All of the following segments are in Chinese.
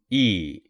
义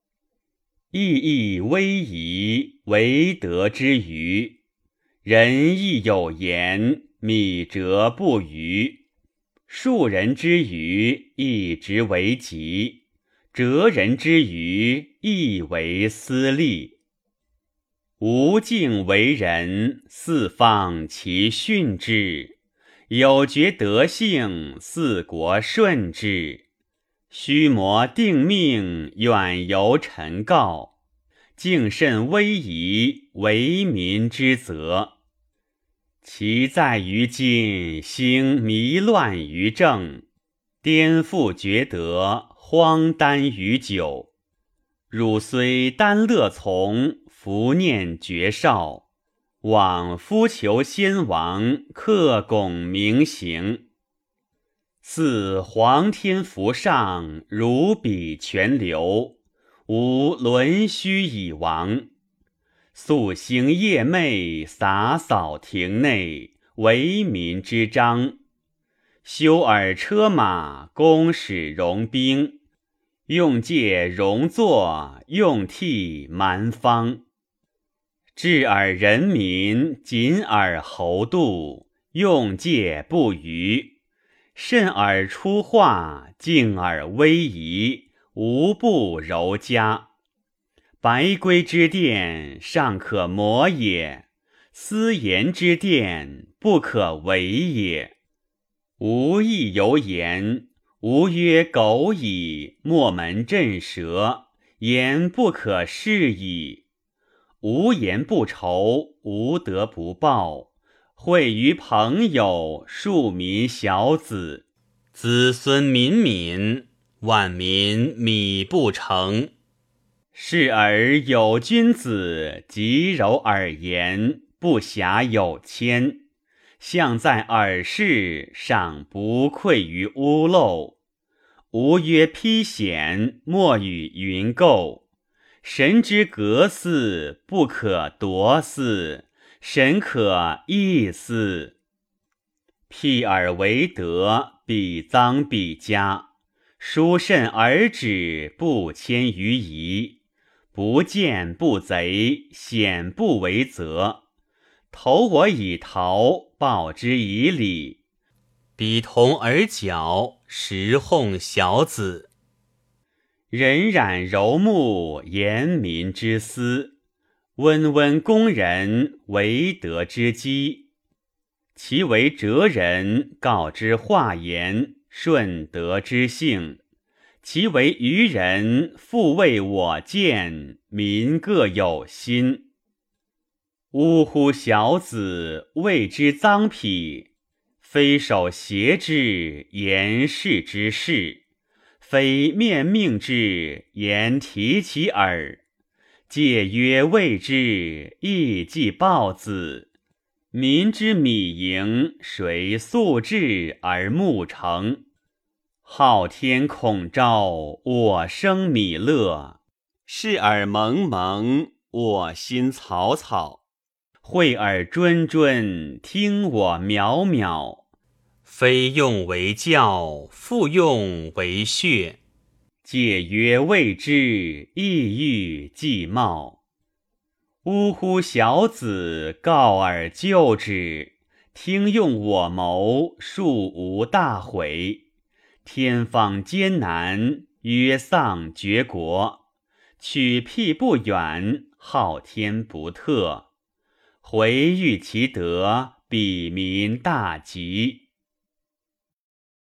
亦威仪，为德之余。人亦有言，米折不渝。庶人之余，亦直为己；哲人之余，亦为私利。无敬为人，四方其训之；有觉德性，四国顺之。虚谋定命，远游陈告；敬慎威仪，为民之责。其在于今，兴迷乱于政，颠覆厥德，荒诞于久。汝虽耽乐从，弗念爵少，往夫求先王，克拱明行。似皇天福上，如彼泉流，吾沦虚以亡。夙兴夜寐，洒扫庭内，为民之章。修尔车马，弓使戎兵，用介戎作，用替蛮方。治尔人民，谨尔侯度，用介不渝。慎尔出化，敬尔威仪，无不柔加。白圭之殿，尚可摩也；私盐之殿，不可为也。无益由言，吾曰苟矣，莫门震舌，言不可释矣。无言不酬，无德不报，惠于朋友，庶民小子，子孙民敏，万民米不成。是而有君子，极柔耳言，不暇有谦。象在耳饰，尚不愧于屋漏。吾曰披险，莫与云垢。神之革斯，不可夺斯，神可异斯。辟尔为德，必臧必加。疏慎而止，不迁于夷。不见不贼，险不为责。投我以桃，报之以李。比同而矫，时哄小子。荏苒柔木，严民之私；温温公人，为德之基。其为哲人，告之化言，顺德之性；其为愚人，复为我见，民各有心。呜呼小子，谓之臧否，非守邪之，言事之事；非面命之，言提其耳。戒曰谓之，亦既豹子。民之米盈，谁素至而慕成？昊天恐昭，我生米乐；视尔蒙蒙，我心草草。惠尔谆谆，听我渺渺。非用为教，复用为血。戒曰谓之，意欲既茂。呜呼小子，告尔就之，听用我谋，恕无大悔。天方艰难，曰丧绝国；取辟不远，昊天不特。回欲其德，比民大吉。